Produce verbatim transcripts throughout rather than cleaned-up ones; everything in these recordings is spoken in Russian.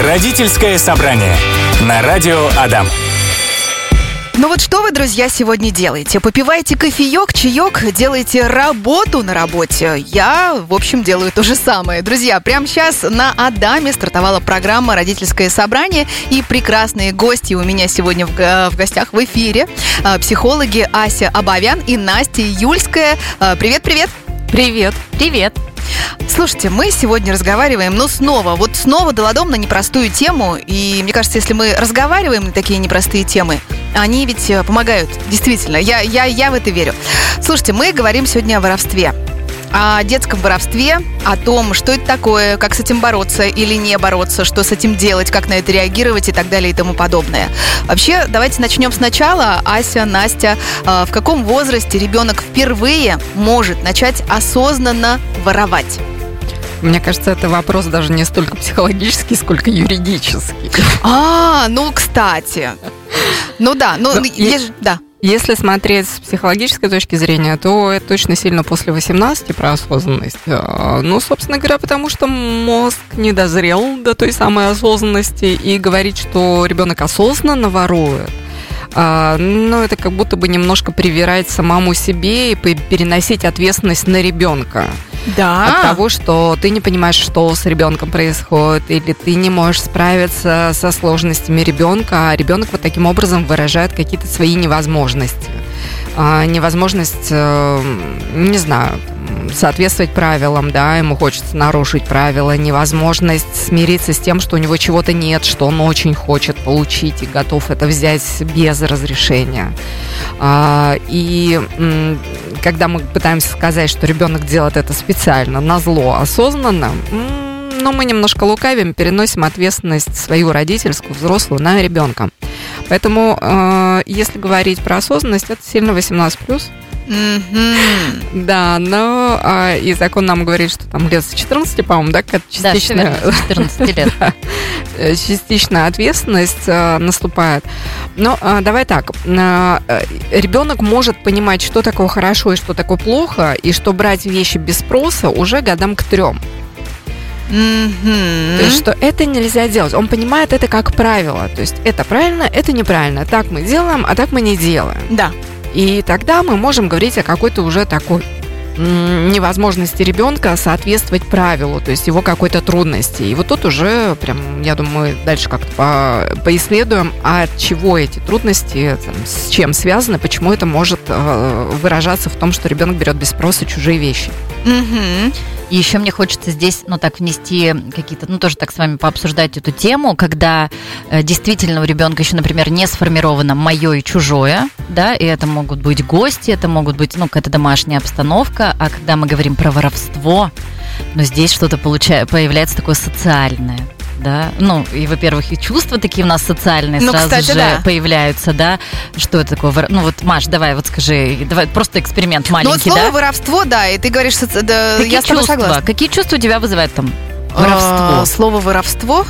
Родительское собрание на радио Адам. Ну вот что вы, друзья, сегодня делаете? Попиваете кофеек, чаек, делаете работу на работе? Я, в общем, делаю то же самое. Друзья, прямо сейчас на Адаме стартовала программа «Родительское собрание», и прекрасные гости у меня сегодня в, в гостях в эфире. Психологи Ася Абовян и Настя Юльская. Привет-привет! Привет! Привет! Слушайте, мы сегодня разговариваем, ну, снова, вот снова долодом на непростую тему. И мне кажется, если мы разговариваем на такие непростые темы, они ведь помогают, действительно. Я, я, я в это верю. Слушайте, мы говорим сегодня о воровстве. О детском воровстве, о том, что это такое, как с этим бороться или не бороться, что с этим делать, как на это реагировать и так далее и тому подобное. Вообще, давайте начнем сначала. Ася, Настя, в каком возрасте ребенок впервые может начать осознанно воровать? Мне кажется, это вопрос даже не столько психологический, сколько юридический. А, ну, кстати. Ну да, ну, Но есть, е- да. Если смотреть с психологической точки зрения, то это точно сильно после восемнадцати про осознанность. Ну, собственно говоря, потому что мозг не дозрел до той самой осознанности, и говорить, что ребенок осознанно ворует, ну, это как будто бы немножко привирать самому себе и переносить ответственность на ребенка. Да. От того, что ты не понимаешь, что с ребенком происходит, или ты не можешь справиться со сложностями ребенка, а ребенок вот таким образом выражает какие-то свои невозможности. Невозможность, не знаю, соответствовать правилам, да, ему хочется нарушить правила, невозможность смириться с тем, что у него чего-то нет, что он очень хочет получить и готов это взять без разрешения. И когда мы пытаемся сказать, что ребенок делает это специально, назло, осознанно, но мы немножко лукавим, переносим ответственность свою родительскую, взрослую, на ребенка. Поэтому, если говорить про осознанность, это сильно восемнадцать плюс. Mm-hmm. Да, но а, и закон нам говорит, что там лет с четырнадцати, по-моему, да, какая-то частичная, да, четырнадцати лет. да, частичная ответственность а, наступает. Но а, давай так, а, ребенок может понимать, что такое хорошо и что такое плохо, и что брать вещи без спроса уже годам к трем. Mm-hmm. То есть, что это нельзя делать. Он понимает это как правило. То есть, это правильно, это неправильно. Так мы делаем, а так мы не делаем. Да. И тогда мы можем говорить о какой-то уже такой невозможности ребенка соответствовать правилу, то есть его какой-то трудности. И вот тут уже прям, я думаю, мы дальше как-то по, поисследуем, от чего эти трудности, там, с чем связаны, почему это может э, выражаться в том, что ребенок берет без спроса чужие вещи. Mm-hmm. И еще мне хочется здесь, ну, так внести какие-то, ну, тоже так с вами пообсуждать эту тему, когда э, действительно у ребенка еще, например, не сформировано мое и чужое, да, и это могут быть гости, это могут быть, ну, какая-то домашняя обстановка, а когда мы говорим про воровство, ну, здесь что-то получается, появляется такое социальное. Да, ну, и, во-первых, и чувства такие у нас социальные ну, сразу кстати, же да. появляются, да. Что это такое? Ну, вот, Маш, давай, вот скажи, давай просто эксперимент маленький, ну, вот слово да? воровство, да, и ты говоришь, да, Какие я с тобой чувства? согласна. Какие чувства у тебя вызывает там воровство? А, слово воровство,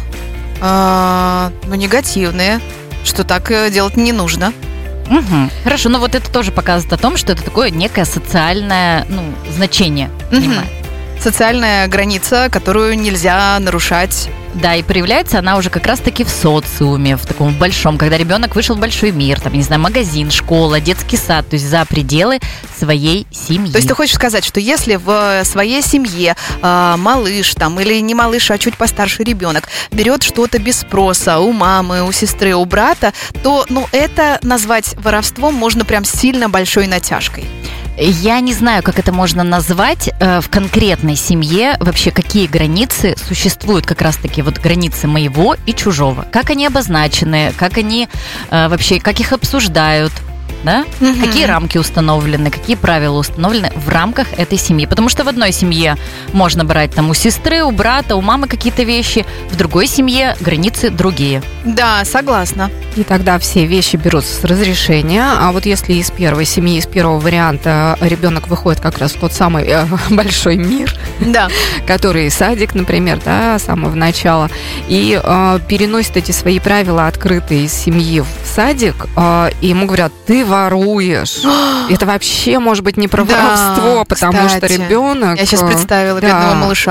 а, ну, негативное, что так делать не нужно. Угу. Хорошо, но вот это тоже показывает о том, что это такое некое социальное, ну, значение, понимаешь? Социальная граница, которую нельзя нарушать. Да, и проявляется она уже как раз-таки в социуме, в таком большом, когда ребенок вышел в большой мир, там, не знаю, магазин, школа, детский сад, то есть за пределы своей семьи. То есть ты хочешь сказать, что если в своей семье э, малыш там, или не малыш, а чуть постарше ребенок берет что-то без спроса у мамы, у сестры, у брата, то, ну, это назвать воровством можно прям сильно большой натяжкой. Я не знаю, как это можно назвать э, в конкретной семье, вообще какие границы существуют, как раз-таки вот границы моего и чужого, как они обозначены, как они э, вообще, как их обсуждают. Да? Mm-hmm. Какие рамки установлены, какие правила установлены в рамках этой семьи. Потому что в одной семье можно брать там у сестры, у брата, у мамы какие-то вещи, в другой семье границы другие. Да, согласна. И тогда все вещи берутся с разрешения. А вот если из первой семьи, из первого варианта ребенок выходит как раз в тот самый э, большой мир, да. который садик, например, да, с самого начала, и э, переносит эти свои правила открытые из семьи в садик, э, и ему говорят: ты воруешь. Это вообще может быть не про да, воровство, потому кстати, что ребенок... Я сейчас представила да, бедного малыша.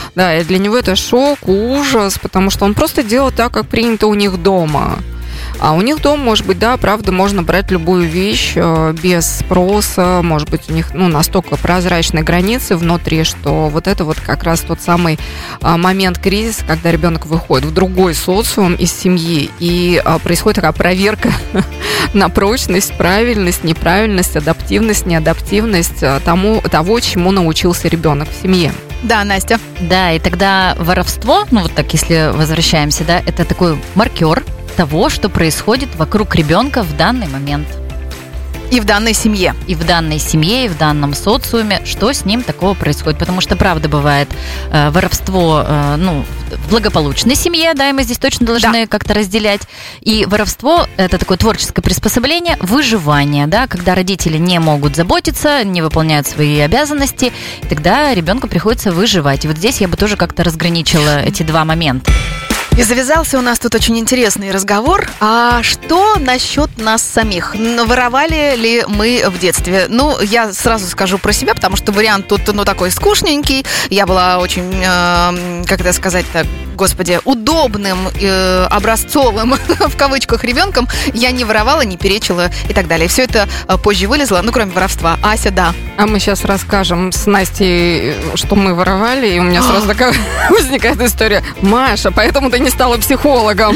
Да, и для него это шок, ужас, потому что он просто делал так, как принято у них дома. А у них дома, может быть, да, правда, можно брать любую вещь без спроса, может быть, у них, ну, настолько прозрачные границы внутри, что вот это вот как раз тот самый момент кризиса, когда ребенок выходит в другой социум из семьи, и происходит такая проверка на прочность, правильность, неправильность, адаптивность, неадаптивность тому, того, чему научился ребенок в семье. Да, Настя. Да, и тогда воровство, ну вот так, если возвращаемся, да, это такой маркер того, что происходит вокруг ребенка в данный момент. И в данной семье. И в данной семье, и в данном социуме, что с ним такого происходит. Потому что, правда, бывает э, воровство, э, ну, в благополучной семье, да, и мы здесь точно должны да. как-то разделять. И воровство – это такое творческое приспособление выживания, да, когда родители не могут заботиться, не выполняют свои обязанности, и тогда ребенку приходится выживать. И вот здесь я бы тоже как-то разграничила эти два момента. И завязался у нас тут очень интересный разговор. А что насчет нас самих? Воровали ли мы в детстве? Ну, я сразу скажу про себя, потому что вариант тут, ну, такой скучненький. Я была очень, э, как это сказать-то, господи, удобным, э, образцовым, в кавычках, ребенком. Я не воровала, не перечила и так далее. Все это позже вылезло, ну, кроме воровства. Ася, да. А мы сейчас расскажем с Настей, что мы воровали, и у меня сразу такая возникает история. Маша, поэтому ты не стала психологом.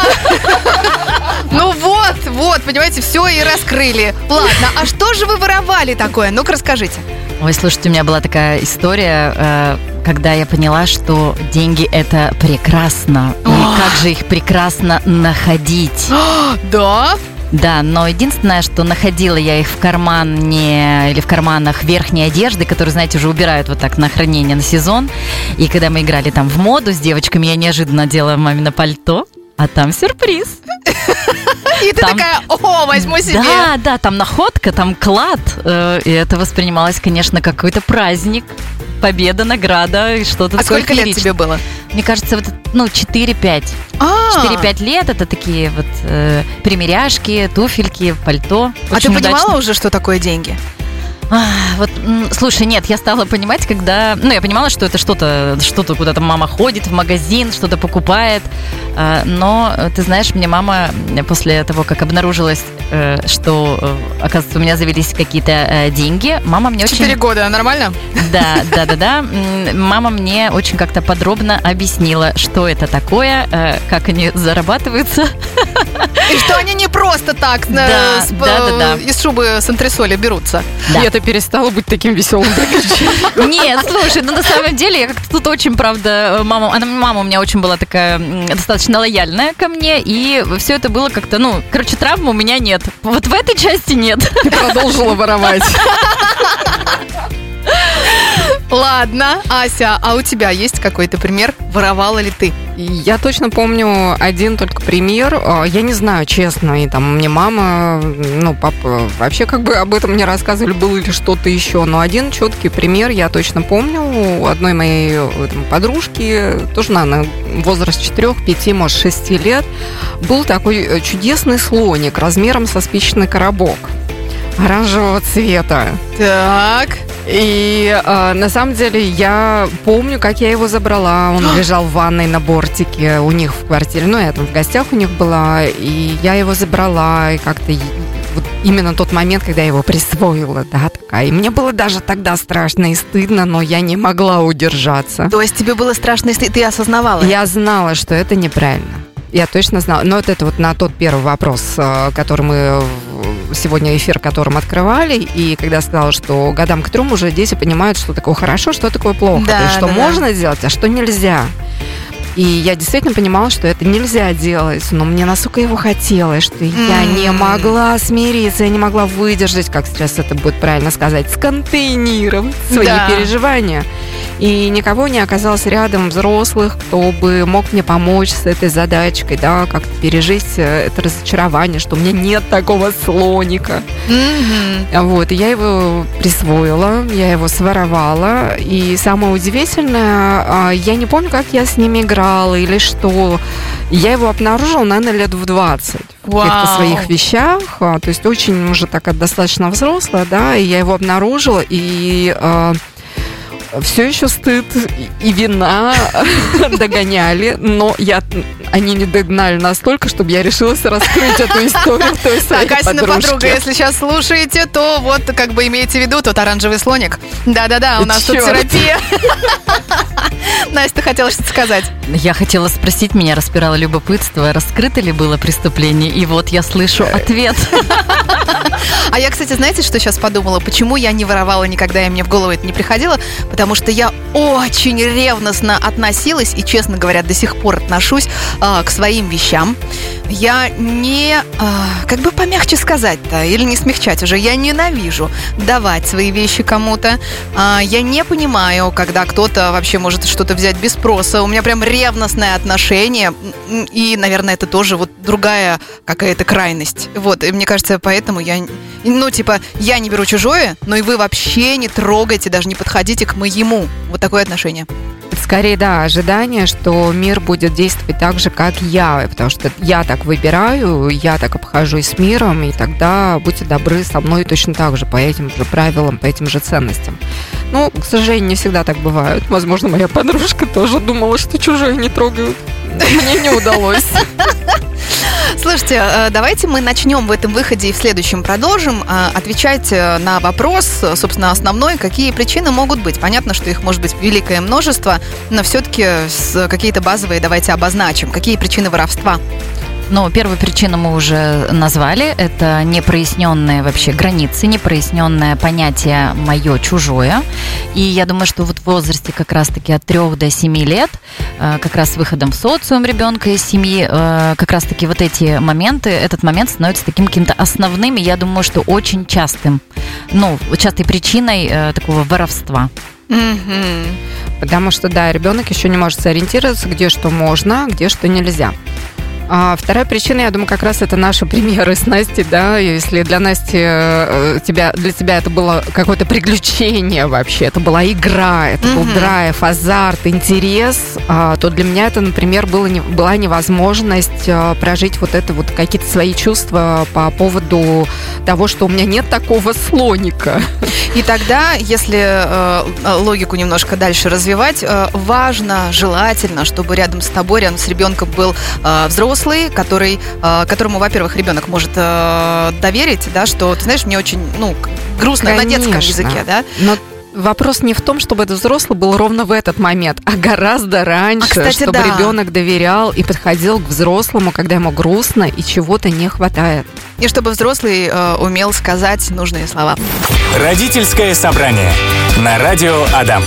Ну вот, вот, понимаете, все и раскрыли. Ладно, а что же вы воровали такое? Ну-ка, расскажите. Ой, слушайте, у меня была такая история, когда я поняла, что деньги – это прекрасно. И как же их прекрасно находить. Да? Да, но единственное, что находила я их в кармане или в карманах верхней одежды, которые, знаете, уже убирают вот так на хранение на сезон. И когда мы играли там в моду с девочками, я неожиданно делала мамино пальто, а там сюрприз. И ты там такая, о, возьму себе. Да, да, там находка, там клад. И это воспринималось, конечно, как какой-то праздник. Победа, награда и что-то а такое. А сколько лет тебе было? Мне кажется, вот, ну, четыре-пять. четыре-пять лет это такие вот э, примеряшки, туфельки, пальто. А ты понимала удачно. Уже, что такое деньги? А, вот, слушай, нет, я стала понимать, когда... Ну, я понимала, что это что-то, что-то куда-то мама ходит в магазин, что-то покупает. Но, ты знаешь, мне мама после того, как обнаружилось, что, оказывается, у меня завелись какие-то деньги, мама мне очень... Четыре года, нормально? Да, да, да, да. Мама мне очень как-то подробно объяснила, что это такое, как они зарабатываются. И что они не просто так да, с, да, да, да. из шубы с антресоли берутся. Да. И это перестало быть таким веселым приключением. Нет, слушай, ну на самом деле я как-то тут очень, правда, мама, она, мама у меня очень была такая достаточно лояльная ко мне, и все это было как-то, ну, короче, травмы у меня нет. Вот в этой части нет. Ты продолжила воровать. Ладно, Ася, а у тебя есть какой-то пример? Воровала ли ты? Я точно помню один только пример. Я не знаю, честно, и там мне мама, ну, папа вообще как бы об этом не рассказывали, было ли что-то еще. Но один четкий пример я точно помню. У одной моей там, подружки, тоже, наверное, возраст четырех, пяти, может, шести лет, был такой чудесный слоник размером со спичечный коробок оранжевого цвета. Так. И э, на самом деле я помню, как я его забрала. Он лежал в ванной на бортике у них в квартире. Ну, я там в гостях у них была. И я его забрала. И как-то вот именно тот момент, когда я его присвоила, да, такая. И мне было даже тогда страшно и стыдно, но я не могла удержаться. То есть тебе было страшно и стыдно, ты осознавала? Я знала, что это неправильно. Я точно знала. Но вот это вот на тот первый вопрос, который мы... сегодня эфир, которым открывали, и когда сказала, что годам к трем уже дети понимают, что такое хорошо, что такое плохо, да, то есть, что да, можно да. делать, а что нельзя. И я действительно понимала, что это нельзя делать, но мне настолько его хотелось, что mm. я не могла смириться, я не могла выдержать, как сейчас это будет правильно сказать, сконтейнировать свои да. переживания. И никого не оказалось рядом взрослых, кто бы мог мне помочь с этой задачкой, да, как-то пережить это разочарование, что у меня нет такого слоника. Mm-hmm. Вот, и я его присвоила, я его своровала, и самое удивительное, я не помню, как я с ними играла или что. Я его обнаружила, наверное, лет в двадцать в каких-то своих вещах, то есть очень уже такая достаточно взрослая, да, и я его обнаружила, и... все еще стыд и вина догоняли, но я, они не догнали настолько, чтобы я решилась раскрыть эту историю той своей Так, Асина подружке. подруга, если сейчас слушаете, то вот как бы имейте в виду тот оранжевый слоник. Да-да-да, у нас тут Чёрт. терапия. Настя, ты хотела что-то сказать? Я хотела спросить, меня распирало любопытство, раскрыто ли было преступление, и вот я слышу ответ. А я, кстати, знаете, что сейчас подумала? Почему я не воровала никогда, и мне в голову это не приходило? Потому что я очень ревностно относилась, и, честно говоря, до сих пор отношусь э, к своим вещам. Я не, э, как бы помягче сказать-то, или не смягчать уже, я ненавижу давать свои вещи кому-то. Э, я не понимаю, когда кто-то вообще может что-то взять без спроса. У меня прям ревностное отношение, и, наверное, это тоже вот другая какая-то крайность. Вот, и мне кажется, поэтому я, ну, типа, я не беру чужое, но и вы вообще не трогайте, даже не подходите к моему. Вот такое отношение. Это скорее, да, ожидание, что мир будет действовать так же, как я, потому что я так выбираю, я так обхожусь с миром, и тогда будьте добры со мной точно так же, по этим же правилам, по этим же ценностям. Ну, к сожалению, не всегда так бывает. Возможно, моя подружка тоже думала, что чужое не трогают. Мне не удалось. Слушайте, давайте мы начнем в этом выходе и в следующем продолжим отвечать на вопрос, собственно, основной, какие причины могут быть. Понятно, что их может быть великое множество, но все-таки какие-то базовые давайте обозначим. Какие причины воровства? Но первую причину мы уже назвали. Это непроясненные вообще границы, непроясненное понятие «моё-чужое». И я думаю, что вот в возрасте как раз-таки от трёх до семи лет, как раз с выходом в социум ребенка из семьи, как раз-таки вот эти моменты, этот момент становится таким каким-то основным, и я думаю, что очень частым, ну, частой причиной такого воровства. Mm-hmm. Потому что, да, ребенок еще не может сориентироваться, где что можно, где что нельзя. А вторая причина, я думаю, как раз это наши примеры с Настей, да, если для Насти, тебя, для тебя это было какое-то приключение вообще, это была игра, это mm-hmm. был драйв, азарт, интерес, то для меня это, например, было, была невозможность прожить вот это вот какие-то свои чувства по поводу того, что у меня нет такого слоника. И тогда, если э, логику немножко дальше развивать, э, важно, желательно, чтобы рядом с тобой, рядом с ребенком был э, взрослый, который, э, которому, во-первых, ребенок может э, доверить, да, что, ты знаешь, мне очень, ну, грустно. Конечно. На детском языке, да. Но вопрос не в том, чтобы этот взрослый был ровно в этот момент, а гораздо раньше, а, кстати, чтобы да. ребенок доверял и подходил к взрослому, когда ему грустно и чего-то не хватает. И чтобы взрослый э, умел сказать нужные слова. Родительское собрание на радио Адам.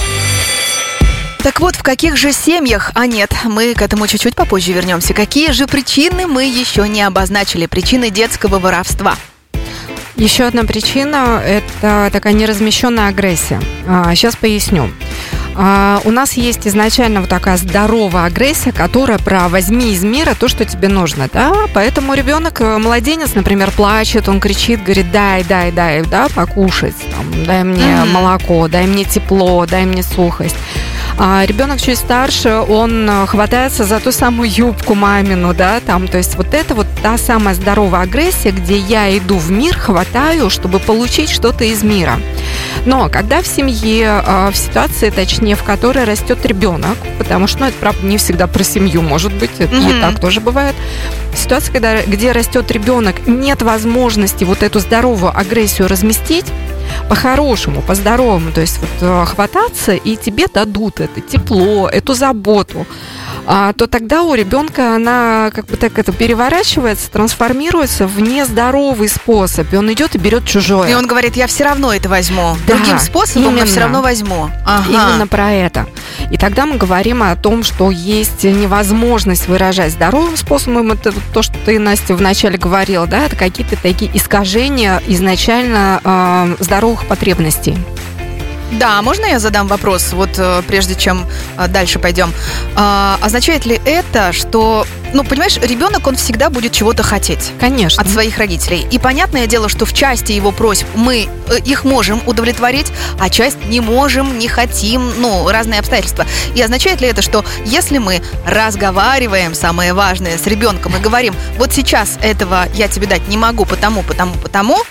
Так вот, в каких же семьях, а нет, мы к этому чуть-чуть попозже вернемся, какие же причины мы еще не обозначили, причины детского воровства? Еще одна причина – это такая неразмещенная агрессия. Сейчас поясню. У нас есть изначально вот такая здоровая агрессия, которая про «возьми из мира то, что тебе нужно», да, поэтому ребенок, младенец, например, плачет, он кричит, говорит: дай, дай, дай, да, покушать, там, дай мне mm-hmm. молоко, дай мне тепло, дай мне сухость. А ребенок чуть старше, он хватается за ту самую юбку мамину, да, там, то есть вот это вот та самая здоровая агрессия, где я иду в мир, хватаю, чтобы получить что-то из мира. Но когда в семье, в ситуации, точнее, в которой растет ребенок, потому что, ну, это, правда, не всегда про семью, может быть, это mm-hmm. и так тоже бывает. Ситуация, когда, где растет ребенок, нет возможности вот эту здоровую агрессию разместить, по-хорошему, по-здоровому, то есть вот хвататься, и тебе дадут это тепло, эту заботу, а, то тогда у ребенка она как бы так это переворачивается, трансформируется в нездоровый способ, и он идет и берет чужое. И он говорит: я все равно это возьму. Да, другим способом именно, я все равно возьму. Ага. Именно про это. И тогда мы говорим о том, что есть невозможность выражать здоровым способом. Это то, что ты, Настя, вначале говорила, да, это какие-то такие искажения изначально э, здоровых потребностей. Да, можно я задам вопрос, вот прежде чем дальше пойдем? А, означает ли это, что, ну, понимаешь, ребенок, он всегда будет чего-то хотеть? Конечно. От своих родителей. И понятное дело, что в части его просьб мы их можем удовлетворить, а часть не можем, не хотим, ну, разные обстоятельства. И означает ли это, что если мы разговариваем, самое важное, с ребенком и говорим: вот сейчас этого я тебе дать не могу, потому, потому, потому,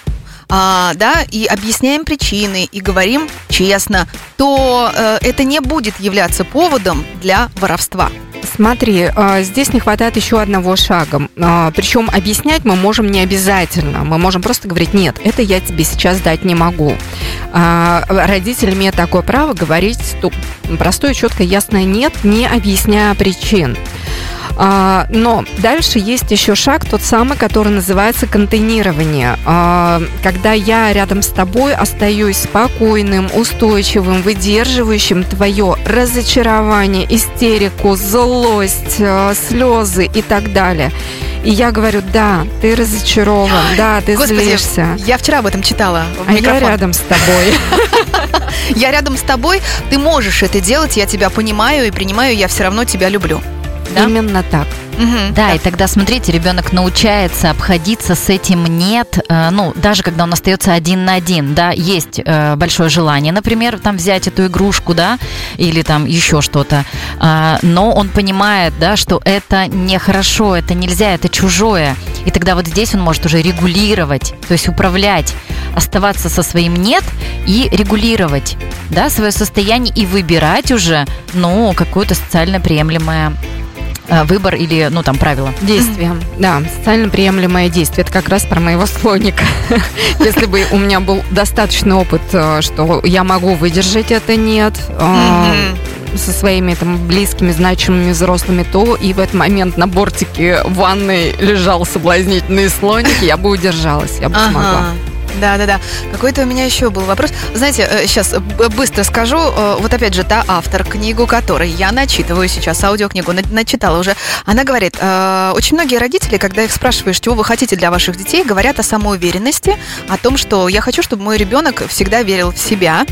а, да, и объясняем причины, и говорим честно, то э, это не будет являться поводом для воровства. Смотри, здесь не хватает еще одного шага. Причем объяснять мы можем не обязательно. Мы можем просто говорить: нет, это я тебе сейчас дать не могу. Родитель имеет такое право говорить простое, четкое, ясное «нет», не объясняя причин. Но дальше есть еще шаг, тот самый, который называется контейнирование. Когда я рядом с тобой остаюсь спокойным, устойчивым, выдерживающим твое разочарование, истерику, злость, слезы и так далее. И я говорю: да, ты разочарован, да, ты Господи, злишься. Я вчера об этом читала в а микрофон. я рядом с тобой. Я рядом с тобой, ты можешь это делать, я тебя понимаю и принимаю, я все равно тебя люблю. Да? Именно так. Угу, Да, и тогда, смотрите, ребенок научается обходиться с этим «нет», э, ну, даже когда он остается один на один, да, есть э, большое желание, например, там взять эту игрушку, да, или там еще что-то, э, но он понимает, да, что это нехорошо, это нельзя, это чужое, и тогда вот здесь он может уже регулировать, то есть управлять, оставаться со своим «нет» и регулировать, да, свое состояние и выбирать уже, ну, какое-то социально приемлемое выбор или, ну, там, правила. Действие, да, социально приемлемое действие. Это как раз про моего слоника. Если бы у меня был достаточный опыт, что я могу выдержать это «нет», со своими там близкими, значимыми взрослыми, то и в этот момент на бортике ванной лежал соблазнительный слоник, я бы удержалась, я бы ага. смогла. Да-да-да. Какой-то у меня еще был вопрос. Знаете, сейчас быстро скажу. Вот опять же, та автор, книгу которой я начитываю сейчас, аудиокнигу начитала уже, она говорит, очень многие родители, когда их спрашиваешь, чего вы хотите для ваших детей, говорят о самоуверенности, о том, что я хочу, чтобы мой ребенок всегда верил в себя.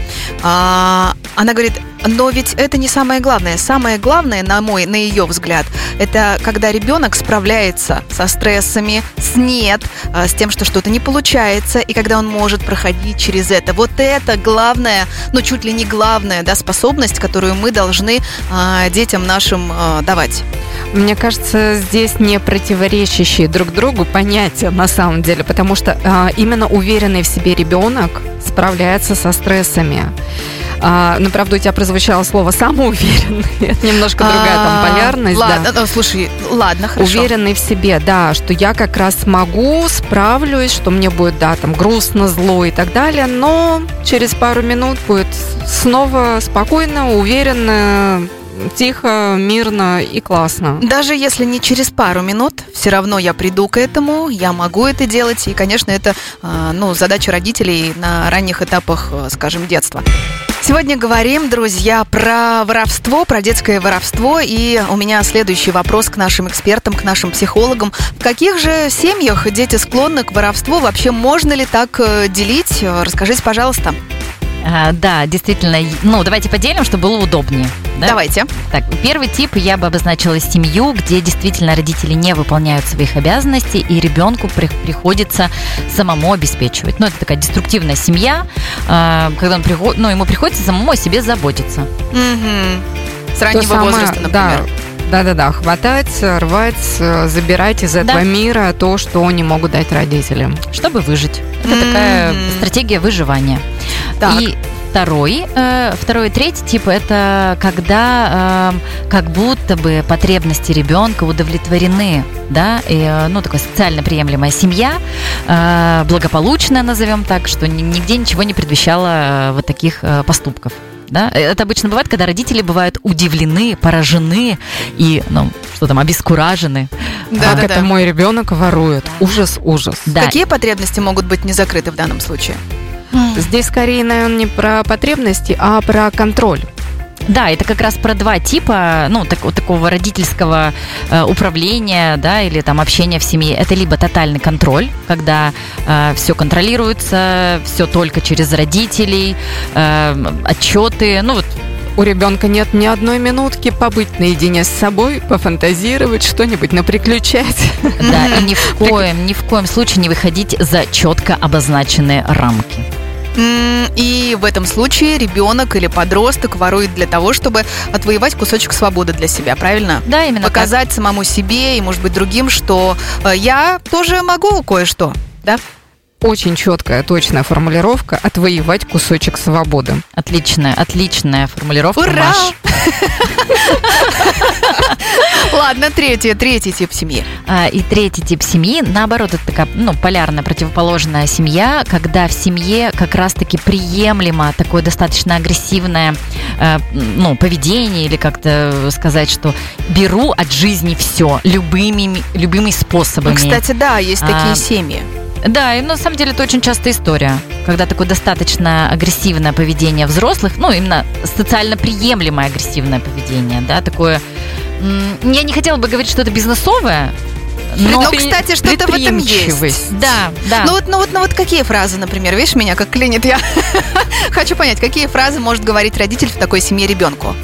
Она говорит, но ведь это не самое главное. Самое главное, на мой, на ее взгляд, это когда ребенок справляется со стрессами, с «нет», с тем, что что-то не получается, и когда он может проходить через это. Вот это главная, ну, чуть ли не главная, да, способность, которую мы должны а, детям нашим а, давать. Мне кажется, здесь не противоречащие друг другу понятия на самом деле, потому что а, именно уверенный в себе ребенок справляется со стрессами. А, ну, правда, у тебя прозвучало слово «самоуверенный». Это немножко другая там полярность. Ладно, да. слушай, ладно, хорошо. Уверенный в себе, да, что я как раз могу, справлюсь, что мне будет, да, там, грустно, зло и так далее, но через пару минут будет снова спокойно, уверенно, тихо, мирно и классно. Даже если не через пару минут, все равно я приду к этому, я могу это делать, и, конечно, это, ну, задача родителей на ранних этапах, скажем, детства. Сегодня говорим, друзья, про воровство, про детское воровство. И у меня следующий вопрос к нашим экспертам, к нашим психологам. В каких же семьях дети склонны к воровству? Вообще, можно ли так делить? Расскажите, пожалуйста. А, да, действительно. Ну, давайте поделим, чтобы было удобнее. Да? Давайте. Так, первый тип я бы обозначила семью, где действительно родители не выполняют своих обязанностей, и ребенку при- приходится самому обеспечивать. Ну, это такая деструктивная семья, э, когда он приход- ну, ему приходится самому о себе заботиться. Угу. С раннего самое, возраста, например. Да. Да-да-да, хватать, рвать, забирать из этого да. мира то, что не могут дать родителям. Чтобы выжить. Это Mm-hmm. такая стратегия выживания. Так. И второй, э, второй и третий тип – это когда э, как будто бы потребности ребенка удовлетворены, да, и, э, ну, такая социально приемлемая семья, э, благополучная, назовем так, что нигде ничего не предвещало э, вот таких э, поступков. Да? Это обычно бывает, когда родители бывают удивлены, поражены и, ну, что там, обескуражены. Да, как да, это да. мой ребенок ворует. Ужас, ужас. Да. Какие потребности могут быть не закрыты в данном случае? Здесь скорее, наверное, не про потребности, а про контроль. Да, это как раз про два типа, ну, так, вот такого родительского э, управления, да, или там общения в семье. Это либо тотальный контроль, когда э, все контролируется, все только через родителей, э, отчеты, ну вот. У ребенка нет ни одной минутки побыть наедине с собой, пофантазировать, что-нибудь наприключать. Да, и ни в коем, ни в коем случае не выходить за четко обозначенные рамки. И в этом случае ребенок или подросток ворует для того, чтобы отвоевать кусочек свободы для себя, правильно? Да, именно Показать так. самому себе и, может быть, другим, что я тоже могу кое-что, да? очень четкая, точная формулировка «отвоевать кусочек свободы». Отличная, отличная формулировка, Ура! Маш. Ладно, третий, третий тип семьи. А, И третий тип семьи, наоборот, это такая, ну, полярная, противоположная семья, когда в семье как раз-таки приемлемо такое достаточно агрессивное, э, ну, поведение, или как-то сказать, что беру от жизни все любыми, любыми способами. Ну, кстати, да, есть такие А, семьи. Да, и на самом деле это очень частая история, когда такое достаточно агрессивное поведение взрослых, ну, именно социально приемлемое агрессивное поведение, да, такое... м, Я не хотела бы говорить, что это бизнесовое, Но, но... кстати, что-то в этом есть. Предприимчивость. Да, да. Ну вот, ну вот, ну вот какие фразы, например, видишь меня, как клинит, я хочу понять, какие фразы может говорить родитель в такой семье ребенку?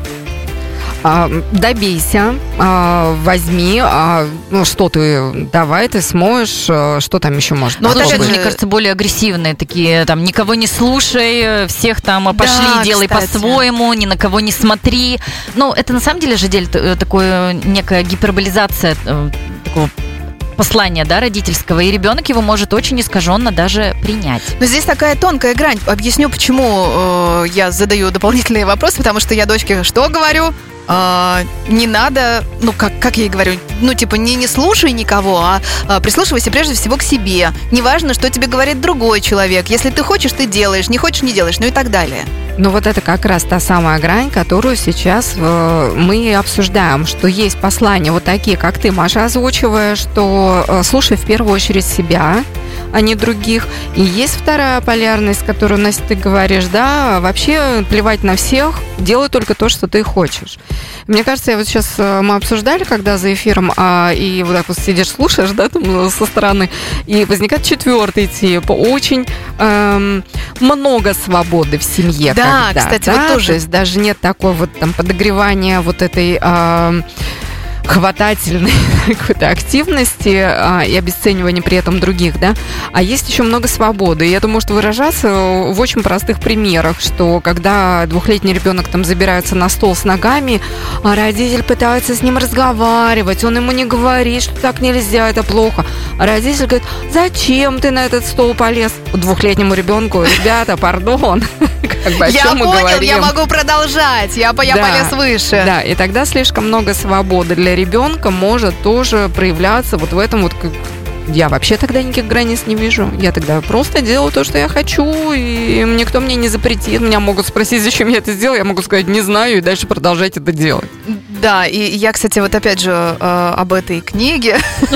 А, добейся, а, возьми, а, ну что ты, давай, ты сможешь, а, что там еще может Ну, вот быть? Слушай, опять же- мне кажется, более агрессивные такие, там, никого не слушай, всех там а, пошли, Да, делай кстати. по-своему, ни на кого не смотри. Ну, это на самом деле же деле т- такое некая гиперболизация э, такого послания, да, родительского, и ребенок его может очень искаженно даже принять. Но здесь такая тонкая грань. Объясню, почему э, я задаю дополнительные вопросы, потому что я дочке что говорю? Э, не надо, ну, как, как я ей говорю, ну, типа, не, не слушай никого, а, а прислушивайся прежде всего к себе. Неважно, что тебе говорит другой человек. Если ты хочешь, ты делаешь, не хочешь, не делаешь, ну и так далее. Ну вот это как раз та самая грань, которую сейчас э, мы обсуждаем, что есть послания вот такие, как ты, Маша, озвучиваешь, что э, слушай в первую очередь себя, а не других. И есть вторая полярность, которую, Настя, ты говоришь, да, вообще плевать на всех, делай только то, что ты хочешь. Мне кажется, я вот сейчас э, мы обсуждали, когда за эфиром, а, и вот так вот сидишь, слушаешь, да, там со стороны, и возникает четвертый тип, очень эм, много свободы в семье. Да, когда, кстати, да, вот тоже. То есть даже нет такой вот там подогревания вот этой эм, хватательной какой-то активности а, и обесценивания при этом других, да, а есть еще много свободы, и это может выражаться в очень простых примерах, что когда двухлетний ребенок там забирается на стол с ногами, а родитель пытается с ним разговаривать, он ему не говорит, что так нельзя, это плохо, а родитель говорит, зачем ты на этот стол полез? Двухлетнему ребенку, ребята, пардон, как бы о Я чем мы понял, говорим? я могу продолжать, я, по- я Да, полез выше. Да, и тогда слишком много свободы для ребенка может тоже проявляться вот в этом вот. как- Я вообще тогда никаких границ не вижу. Я тогда просто делаю то, что я хочу, и никто мне не запретит. Меня могут спросить, зачем я это сделал. Я могу сказать, не знаю, и дальше продолжать это делать. Да, и я, кстати, вот опять же э, об этой книге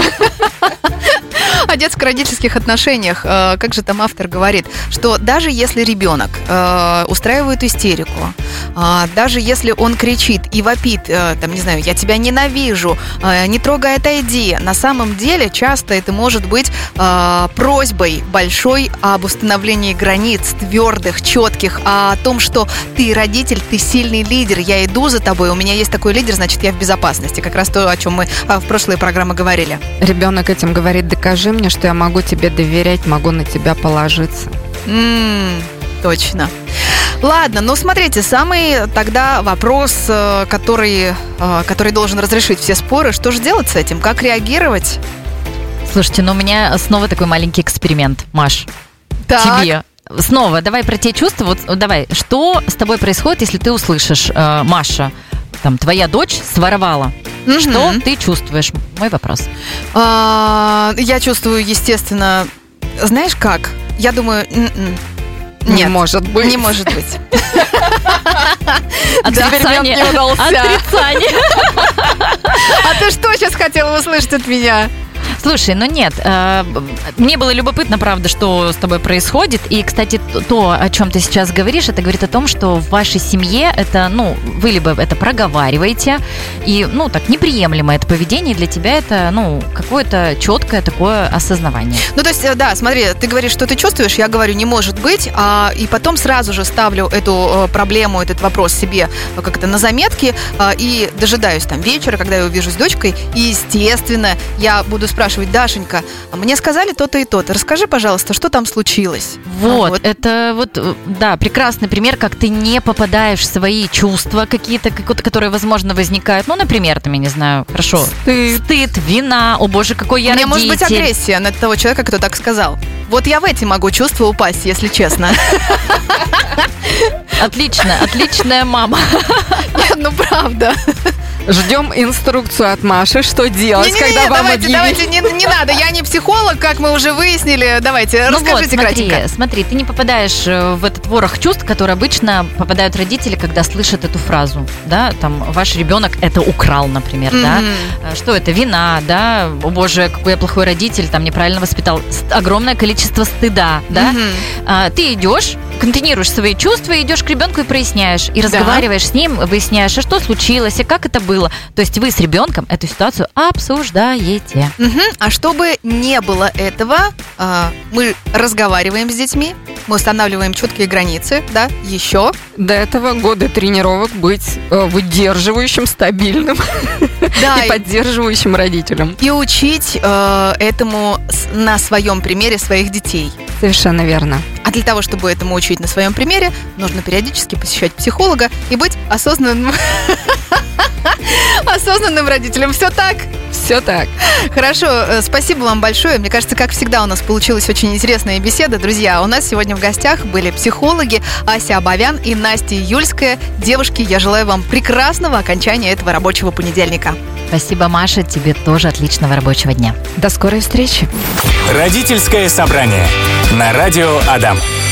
о детско-родительских отношениях. Э, Как же там автор говорит, что даже если ребенок э, устраивает истерику, э, даже если он кричит и вопит, э, там, не знаю, я тебя ненавижу, э, не трогай, отойди, на самом деле часто это может быть э, просьбой большой об установлении границ твердых, четких, о том, что ты родитель, ты сильный лидер, я иду за тобой, у меня есть такой лидер, значит, я в безопасности. Как раз то, о чем мы э, в прошлые программы говорили. Ребенок этим говорит, докажи мне, что я могу тебе доверять, могу на тебя положиться. М, точно. Ладно, ну смотрите, самый тогда вопрос, э, который, э, который должен разрешить все споры, что же делать с этим, как реагировать? Слушайте, ну у меня снова такой маленький эксперимент, Маш, Так. тебе. Снова, давай про те чувства. Вот э, давай, что с тобой происходит, если ты услышишь, э, Маша, там, твоя дочь своровала? Мгм. Что ты чувствуешь? Мой вопрос. А, я чувствую, естественно, знаешь как? Я думаю, м-м, Не нет, может быть. не может быть. Отрицание. не удался. Отрицание. А ты что сейчас хотела услышать от меня? Слушай, ну нет, э, мне было любопытно, правда, что с тобой происходит. И, кстати, т- то, о чем ты сейчас говоришь, это говорит о том, что в вашей семье это, ну, вы либо это проговариваете, и, ну, так, неприемлемо это поведение, и для тебя это, ну, какое-то четкое такое осознавание. Ну, то есть, э, да, смотри, ты говоришь, что ты чувствуешь, я говорю, не может быть, а, и потом сразу же ставлю эту э, проблему, этот вопрос себе э, как-то на заметки э, и дожидаюсь там вечера, когда я увижусь с дочкой, и, естественно, я буду спрашивать, Дашенька, а мне сказали то-то и то-то, расскажи, пожалуйста, что там случилось? Вот, А, вот. это вот, э, да, прекрасный пример, как ты не попадаешь в свои чувства какие-то, какие-то, которые, возможно, возникают. Ну, например, там, я не знаю, хорошо, Стыд. стыд, вина, о боже, какой я У меня родитель. может быть агрессия на того человека, кто так сказал. Вот я в эти могу чувства упасть, если честно. Отлично, отличная мама. Нет, ну правда. Ждем инструкцию от Маши, что делать, Не-не-не, когда вам давайте, объявили. давайте, не, не надо, я не психолог, как мы уже выяснили. Давайте, Ну расскажите вот, смотри, кратенько. смотри, ты не попадаешь э, в этот ворох чувств, которые обычно попадают родители, когда слышат эту фразу, да, там, ваш ребенок это украл, например, да, Мгм. Э, что это, вина, да, о боже, какой я плохой родитель, там, неправильно воспитал, С- огромное количество стыда, да, Мгм. А, ты идешь, контейнируешь свои чувства, идешь к ребенку и проясняешь, и разговариваешь с ним, выясняешь, а что случилось, и как это было, то есть вы с ребенком эту ситуацию обсуждаете. Мгм. А чтобы не было этого, а, мы разговариваем с детьми, мы устанавливаем четкие границы, да, еще. До этого годы тренировок быть э, выдерживающим, стабильным Да, и и, поддерживающим родителем. и учить э, этому с- на своем примере своих детей. Совершенно верно. А для того, чтобы этому учить на своем примере, нужно периодически посещать психолога и быть осознанным, осознанным родителем. Все так? Все так. Хорошо, э, спасибо вам большое. Мне кажется, как всегда, у нас получилась очень интересная беседа. Друзья, у нас сегодня в гостях были психологи Ася Абовян и Настя Юльская. Девушки, я желаю вам прекрасного окончания этого рабочего понедельника. Спасибо, Маша, тебе тоже отличного рабочего дня. До скорой встречи. Родительское собрание на радио Адам.